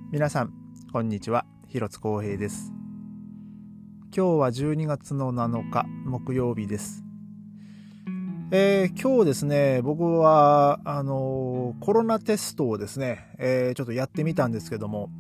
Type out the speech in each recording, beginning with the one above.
皆さんこんにちは、広津光平です。今日は12月の7日木曜日です。今日ですね、僕はコロナテストをですね、ちょっとやってみたんですけども、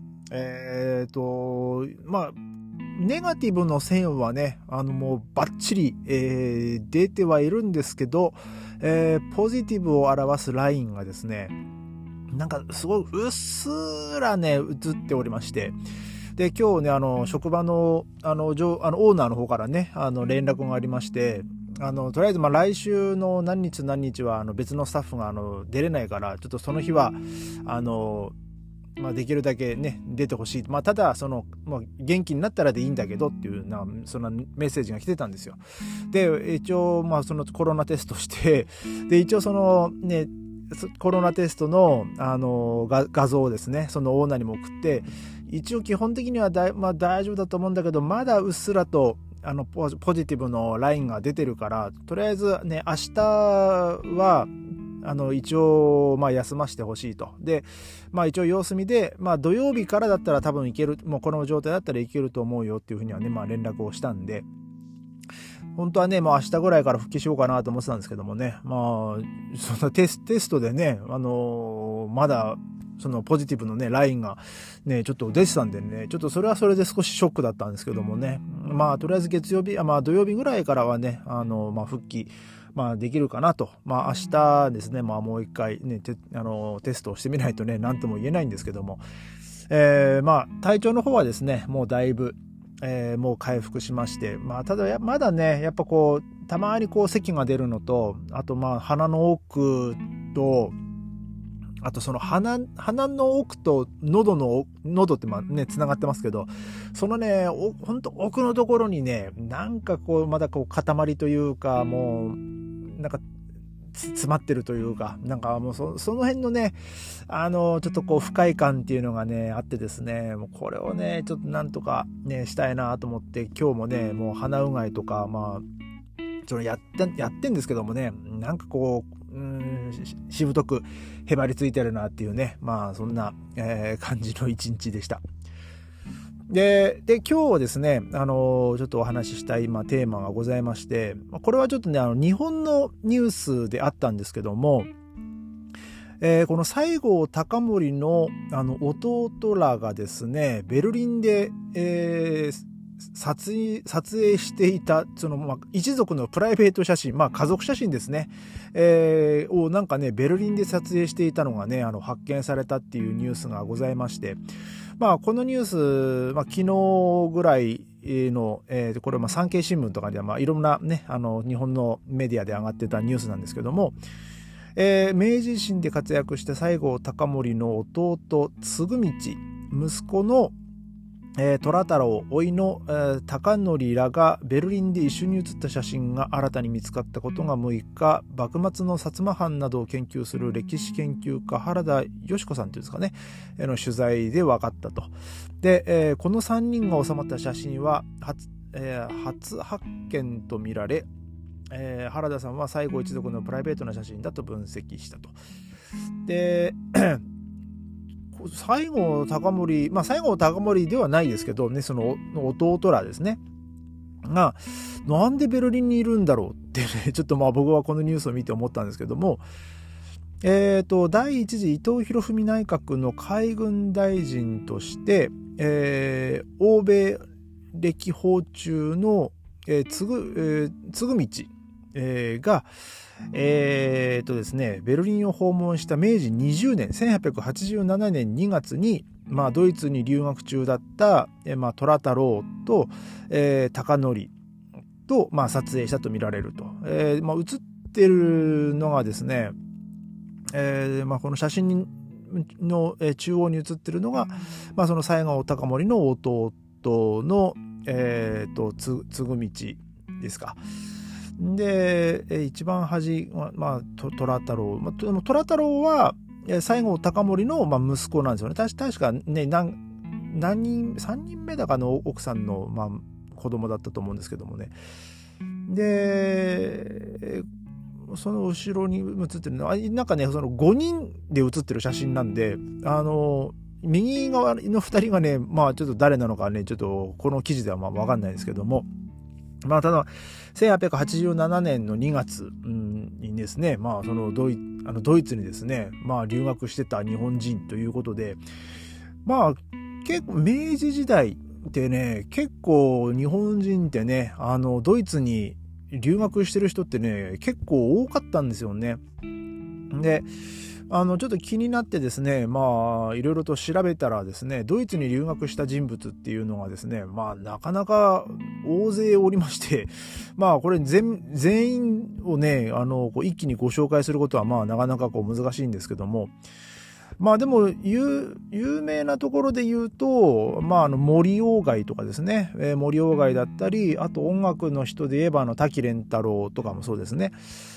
ネガティブの線はね、もうバッチリ、出てはいるんですけど、ポジティブを表すラインがですね、なんかすごいうっすらね映っておりまして、で今日ね職場のオーナーの方からね連絡がありまして、とりあえず来週の何日は別のスタッフが出れないから、ちょっとその日はできるだけね出てほしい、ただ元気になったらでいいんだけどっていうそんなメッセージが来てたんですよ。で一応そのコロナテストしてで一応コロナテストの、画像をですねそのオーナーにも送って、一応基本的には大丈夫だと思うんだけど、まだうっすらとポジティブのラインが出てるから、とりあえずね明日は一応休ませてほしいと。で一応様子見で土曜日からだったら多分いける、もうこの状態だったらいけると思うよっていうふうにはね連絡をしたんで、本当はね明日ぐらいから復帰しようかなと思ってたんですけどもね、そのテストでねまだそのポジティブのねラインがねちょっと出てたんでね、ちょっとそれはそれで少しショックだったんですけどもね、とりあえず月曜日土曜日ぐらいからはね復帰できるかなと。明日ですねもう一回ねテストをしてみないとね何とも言えないんですけども、体調の方はですねもうだいぶもう回復しまして、ただまだねやっぱたまに咳が出るのと、あと鼻の奥と、あとその鼻の奥と喉ってつながってますけど、そのね本当奥のところにねなんかまだ塊というか、もうなんか詰まってるというか、なんかもうその辺のねちょっと不快感っていうのがねあってですね、もうこれをねちょっとなんとかねしたいなと思って、今日もねもう鼻うがいとかそれやってんですけどもね、なんかしぶとくへばりついてるなっていうね、そんな、感じの一日でした。で今日はですねちょっとお話ししたいテーマがございまして、これはちょっとね日本のニュースであったんですけども、この西郷隆盛の弟らがですねベルリンで、撮影していた一族のプライベート写真、家族写真ですね、をなんかねベルリンで撮影していたのがね発見されたっていうニュースがございまして、このニュース、昨日ぐらいの、これ産経新聞とかではいろんなね日本のメディアで上がってたニュースなんですけども、明治維新で活躍した西郷隆盛の弟嗣道、息子の虎太郎、甥の貴則らがベルリンで一緒に写った写真が新たに見つかったことが6日、幕末の薩摩藩などを研究する歴史研究家原田芳子さんというんですかねの取材で分かったと。で、この3人が収まった写真は初発見とみられ、原田さんは西郷一族のプライベートな写真だと分析したと。で西郷隆盛、西郷隆盛ではないですけどね、その弟らですねがなんでベルリンにいるんだろうってね、ちょっと僕はこのニュースを見て思ったんですけども、第一次伊藤博文内閣の海軍大臣として、欧米歴訪中の嗣道がですね、ベルリンを訪問した明治20年1887年2月に、ドイツに留学中だった、虎太郎と、貴則と、撮影したと見られると。写ってるのがですね、この写真の中央に写ってるのが、その西郷隆盛の弟の、嗣道ですか。で一番端虎太郎、虎太郎は西郷隆盛の息子なんですよね。確かね3人目だかの奥さんの子供だったと思うんですけどもね。でその後ろに写ってるのはなんかねその5人で写ってる写真なんで、 右側の2人がね、まあちょっと誰なのかね、ちょっとこの記事ではまあわかんないですけども、まあただ、1887年の2月にですね、まあそのドイツにですね、まあ留学してた日本人ということで、まあ結構明治時代ってね、結構日本人ってね、ドイツに留学してる人ってね、結構多かったんですよね。で、ちょっと気になってですね、まあいろいろと調べたらですね、ドイツに留学した人物っていうのがですね、まあなかなか大勢おりまして、まあこれ全員をね、こう一気にご紹介することはまあなかなかこう難しいんですけども、まあでも有名なところで言うと、まあ森鴎外とかですね、森鴎外だったり、あと音楽の人で言えば滝廉太郎とかもそうですね。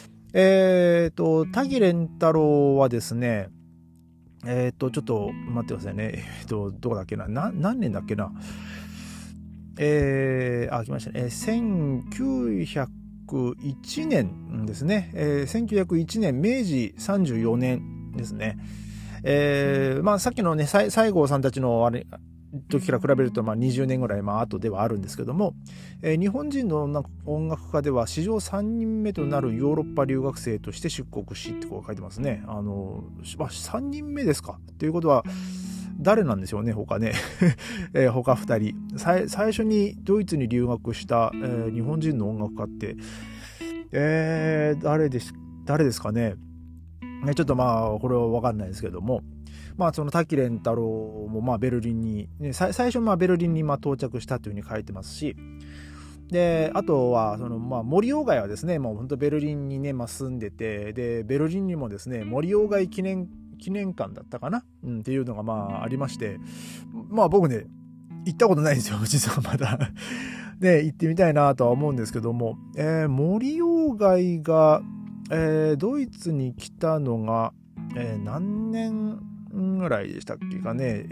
滝廉太郎はですね、ちょっと待ってくださいね。どこだっけな、何年だっけな。来ましたね。1901年ですね。1901年、明治34年ですね。まあさっきのね、西郷さんたちの時から比べるとまあ20年ぐらい後ではあるんですけども、日本人の音楽家では史上3人目となるヨーロッパ留学生として出国しってこう書いてますね。3人目ですかっていうことは誰なんでしょうね、他ね。他2人。最初にドイツに留学した、日本人の音楽家って、誰ですかね。ちょっとまあこれは分かんないですけども、まあその滝廉太郎もまあベルリンに、ね、最初まあベルリンに到着したというふうに書いてますし、であとはそのまあ森鴎外はですね、もう本当ベルリンにね、住んでて、でベルリンにもですね森鴎外記念館だったかな、っていうのがまあありまして、まあ僕ね行ったことないんですよ、実はまだで行ってみたいなとは思うんですけども、森鴎外がドイツに来たのが、何年ぐらいでしたっけかね。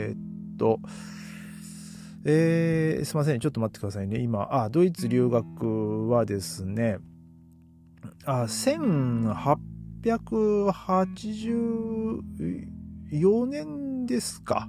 すいません、ちょっと待ってくださいね。今、ドイツ留学はですね、1884年ですか。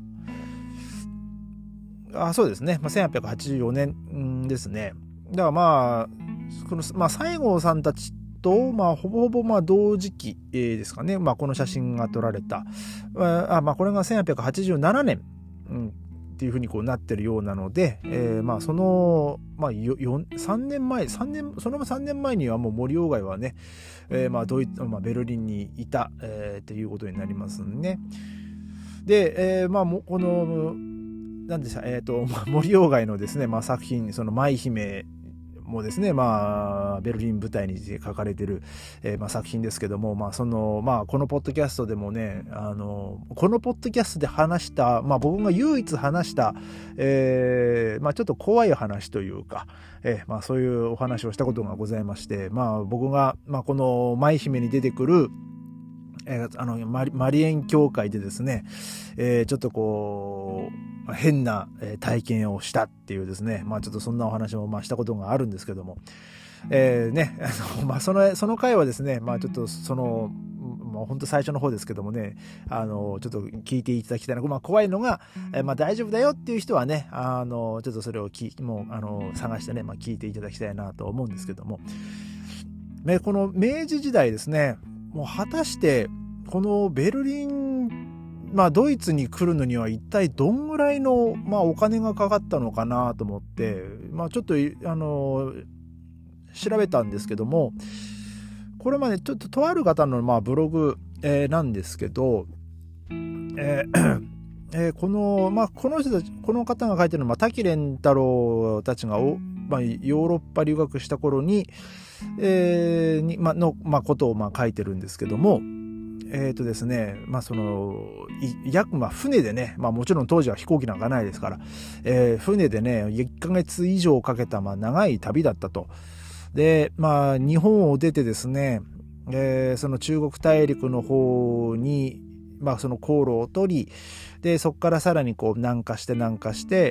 そうですね。1884年ですね。だからまあ、この、西郷さんたちと、ほぼほぼ同時期ですかね。この写真が撮られた。これが1887年、っていうふうにこうなってるようなので、その、3年前にはもう森鴎外はね、ドイツ、ベルリンにいた、っていうことになりますね。で、この、何でした、森鴎外のですね、作品、その舞姫もですね、ベルリン舞台に書かれている、作品ですけども、このポッドキャストでもね、このポッドキャストで話した、僕が唯一話した、ちょっと怖い話というか、そういうお話をしたことがございまして、僕が、この舞姫に出てくる、マリエン教会でですね、ちょっとこう変な体験をしたっていうですね、ちょっとそんなお話もしたことがあるんですけども、その回はですね、ちょっとその本当最初の方ですけどもね、ちょっと聞いていただきたいな。怖いのが、大丈夫だよっていう人はね、ちょっとそれを探してね、聞いていただきたいなと思うんですけども、この明治時代ですね、もう果たしてこのベルリン、ドイツに来るのには一体どんぐらいの、お金がかかったのかなと思って、ちょっと調べたんですけども、これまでちょっととある方のブログ、なんですけど、この方が書いてるのは滝廉太郎たちがヨーロッパ留学した頃に、ことを書いてるんですけども、ですね、船でね、もちろん当時は飛行機なんかないですから、船でね、1ヶ月以上かけた長い旅だったと。で、日本を出てですね、その中国大陸の方に、その航路を取り、で、そこからさらにこう南下して、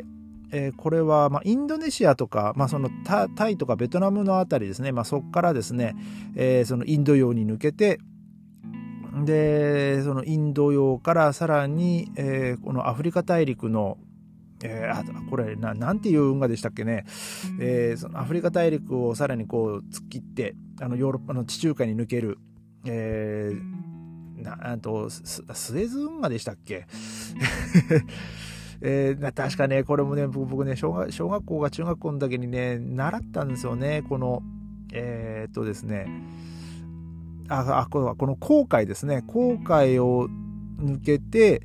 これはインドネシアとか、そのタイとかベトナムのあたりですね、そこからですね、そのインド洋に抜けて、 で、そのインド洋からさらに、このアフリカ大陸の、これなんていう運河でしたっけね、そのアフリカ大陸をさらにこう突っ切ってヨーロッパの地中海に抜ける、スエズ運河でしたっけ確かね、これもね、僕ね、小学校が中学校の時にね、習ったんですよね。この、ですね、この航海ですね。航海を抜けて、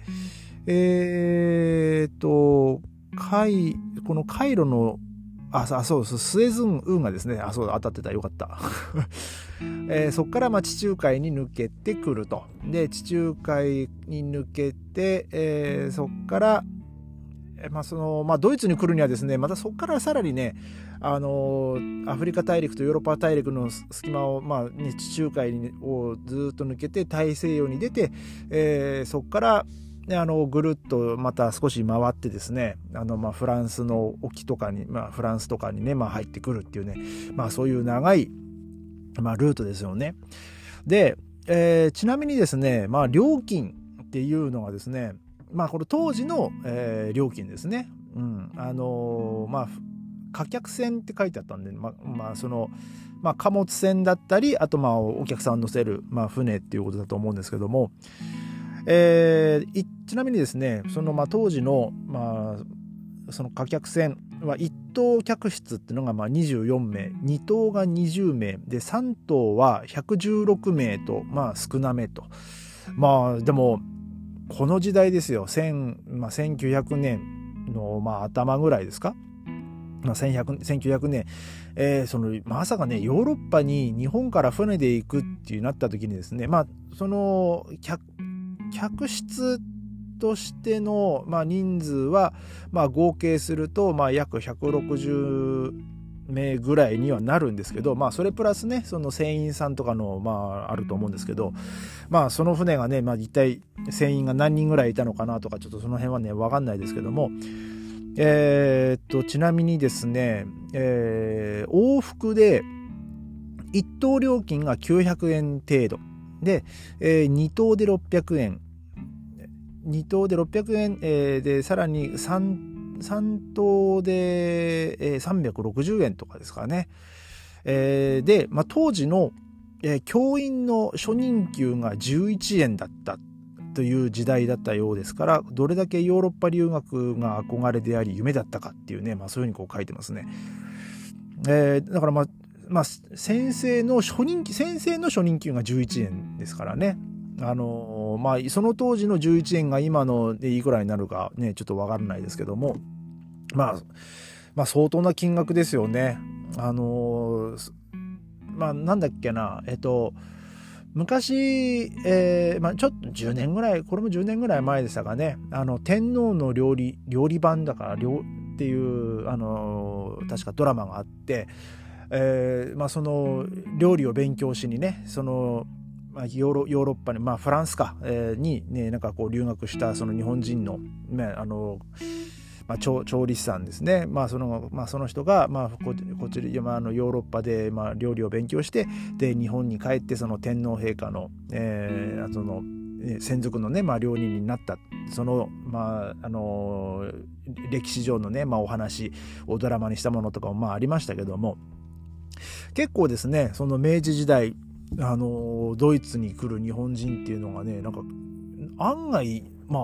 このカイロの、そうです。スエズ運河ですね。そうだ、当たってた。よかった。そこから地中海に抜けてくると。で、地中海に抜けて、そこから、ドイツに来るにはですね、またそこからさらにね、アフリカ大陸とヨーロッパ大陸の隙間を、地中海をずっと抜けて大西洋に出て、そこからぐるっとまた少し回ってですね、フランスの沖とかに、フランスとかにね、入ってくるっていうね、そういう長い、ルートですよね。で、ちなみにですね、料金っていうのがですね、これ当時の、料金ですね。貨客船って書いてあったんで、貨物船だったり、あとお客さんを乗せる、船っていうことだと思うんですけども、ちなみにですね、その当時のその貨客船は1等客室っていうのが24名、2等が20名で、3等は116名と少なめと。でもこの時代ですよ、1900年の頭ぐらいですか、1900年、まさかね、ヨーロッパに日本から船で行くっていうなった時にですね、その客室としての、人数は、合計すると、約160名ぐらいにはなるんですけど、それプラスね、その船員さんとかの、あると思うんですけど、その船がね、一体船員が何人ぐらいいたのかなとか、ちょっとその辺はね、わかんないですけども、ちなみにですね、往復で1等料金が900円程度で、2等で600円、2等で600円、でさらに3等で、360円とかですからね。で、当時の、教員の初任給が11円だったという時代だったようですから、どれだけヨーロッパ留学が憧れであり夢だったかっていうね、そういうふうに書いてますね。だから先生の初任給が11円ですからね。その当時の11円が今のでいくらになるかね、ちょっとわからないですけども、相当な金額ですよね。なんだっけな、昔、ちょっと10年ぐらい、これも10年ぐらい前でしたかね、天皇の料理番だからっていう、確かドラマがあって、その料理を勉強しにね、そのヨーロッパに、フランスか、にね、なんかこう留学したその日本人の、調理師さんですね。その人が、こちら、ヨーロッパで、料理を勉強して、で、日本に帰って、その天皇陛下の、その、専属のね、料理人になった、その、歴史上のね、お話をドラマにしたものとかも、ありましたけども、結構ですね、その明治時代、ドイツに来る日本人っていうのがね、なんか案外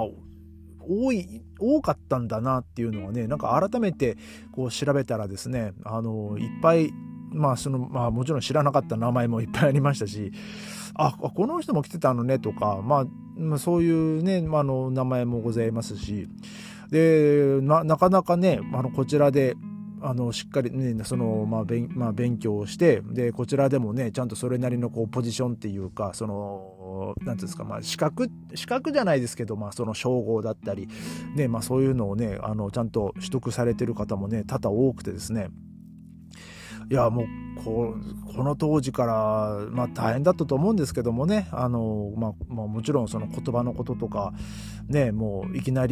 多かったんだなっていうのはね、なんか改めてこう調べたらですね、いっぱいもちろん知らなかった名前もいっぱいありましたし、この人も来てたのねとか、そういうね、名前もございますし、でなかなかね、こちらでしっかりね、その勉強をして、でこちらでもね、ちゃんとそれなりのこうポジションっていうか、そのなんていうんですか、資格じゃないですけど、その称号だったりね、そういうのをね、ちゃんと取得されてる方もね、多々多くてですね、いやもうこの当時から大変だったと思うんですけどもね、もちろんその言葉のこととかね、もういきなり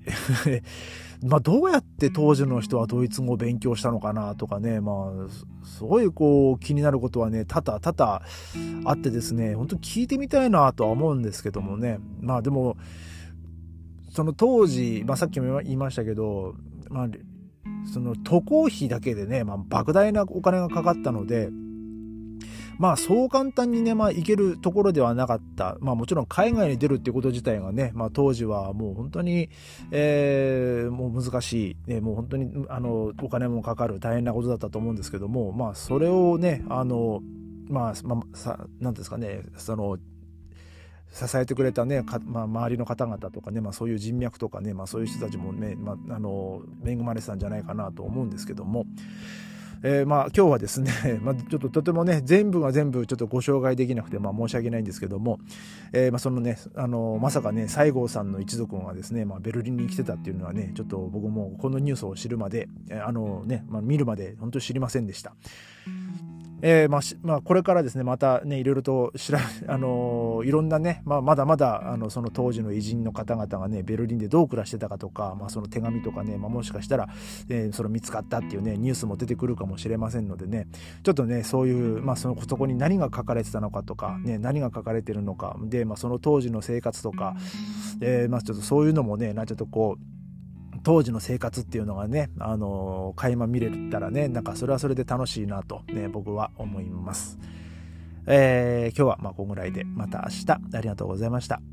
まあどうやって当時の人はドイツ語を勉強したのかなとかね、まあすごいこう気になることはね多々あってですね、本当に聞いてみたいなとは思うんですけどもね。まあでもその当時、まあさっきも言いましたけど、まあその渡航費だけでね、まあ莫大なお金がかかったので、まあそう簡単にね、まあ行けるところではなかった。まあもちろん海外に出るっていうこと自体がね、まあ当時はもう本当に、もう難しい、ね、もう本当にお金もかかる大変なことだったと思うんですけども、まあそれをね、なんていうんですかね、支えてくれたね、周りの方々とかね、まあそういう人脈とかね、まあそういう人たちもね、恵まれてたんじゃないかなと思うんですけども、まあ今日はですね、まあちょっととてもね、全部が全部ちょっとご紹介できなくて、まあ申し訳ないんですけども、まあそのね、まさかね、西郷さんの一族がですね、まあベルリンに来てたっていうのはね、ちょっと僕もこのニュースを知るまで、まあ見るまで本当に知りませんでした。まあこれからですね、またね、いろいろといろんなね、まあまだまだその当時の偉人の方々がね、ベルリンでどう暮らしてたかとか、まあその手紙とかね、まあもしかしたら、それ見つかったっていうね、ニュースも出てくるかもしれませんのでね、ちょっとね、そういう、まあそこに何が書かれてたのかとか、ね、何が書かれてるのか、で、まあその当時の生活とか、まあちょっとそういうのもね、ちょっとこう、当時の生活っていうのがね、垣間見れたらね、なんかそれはそれで楽しいなとね、僕は思います。今日はまあこんぐらいで、また明日ありがとうございました。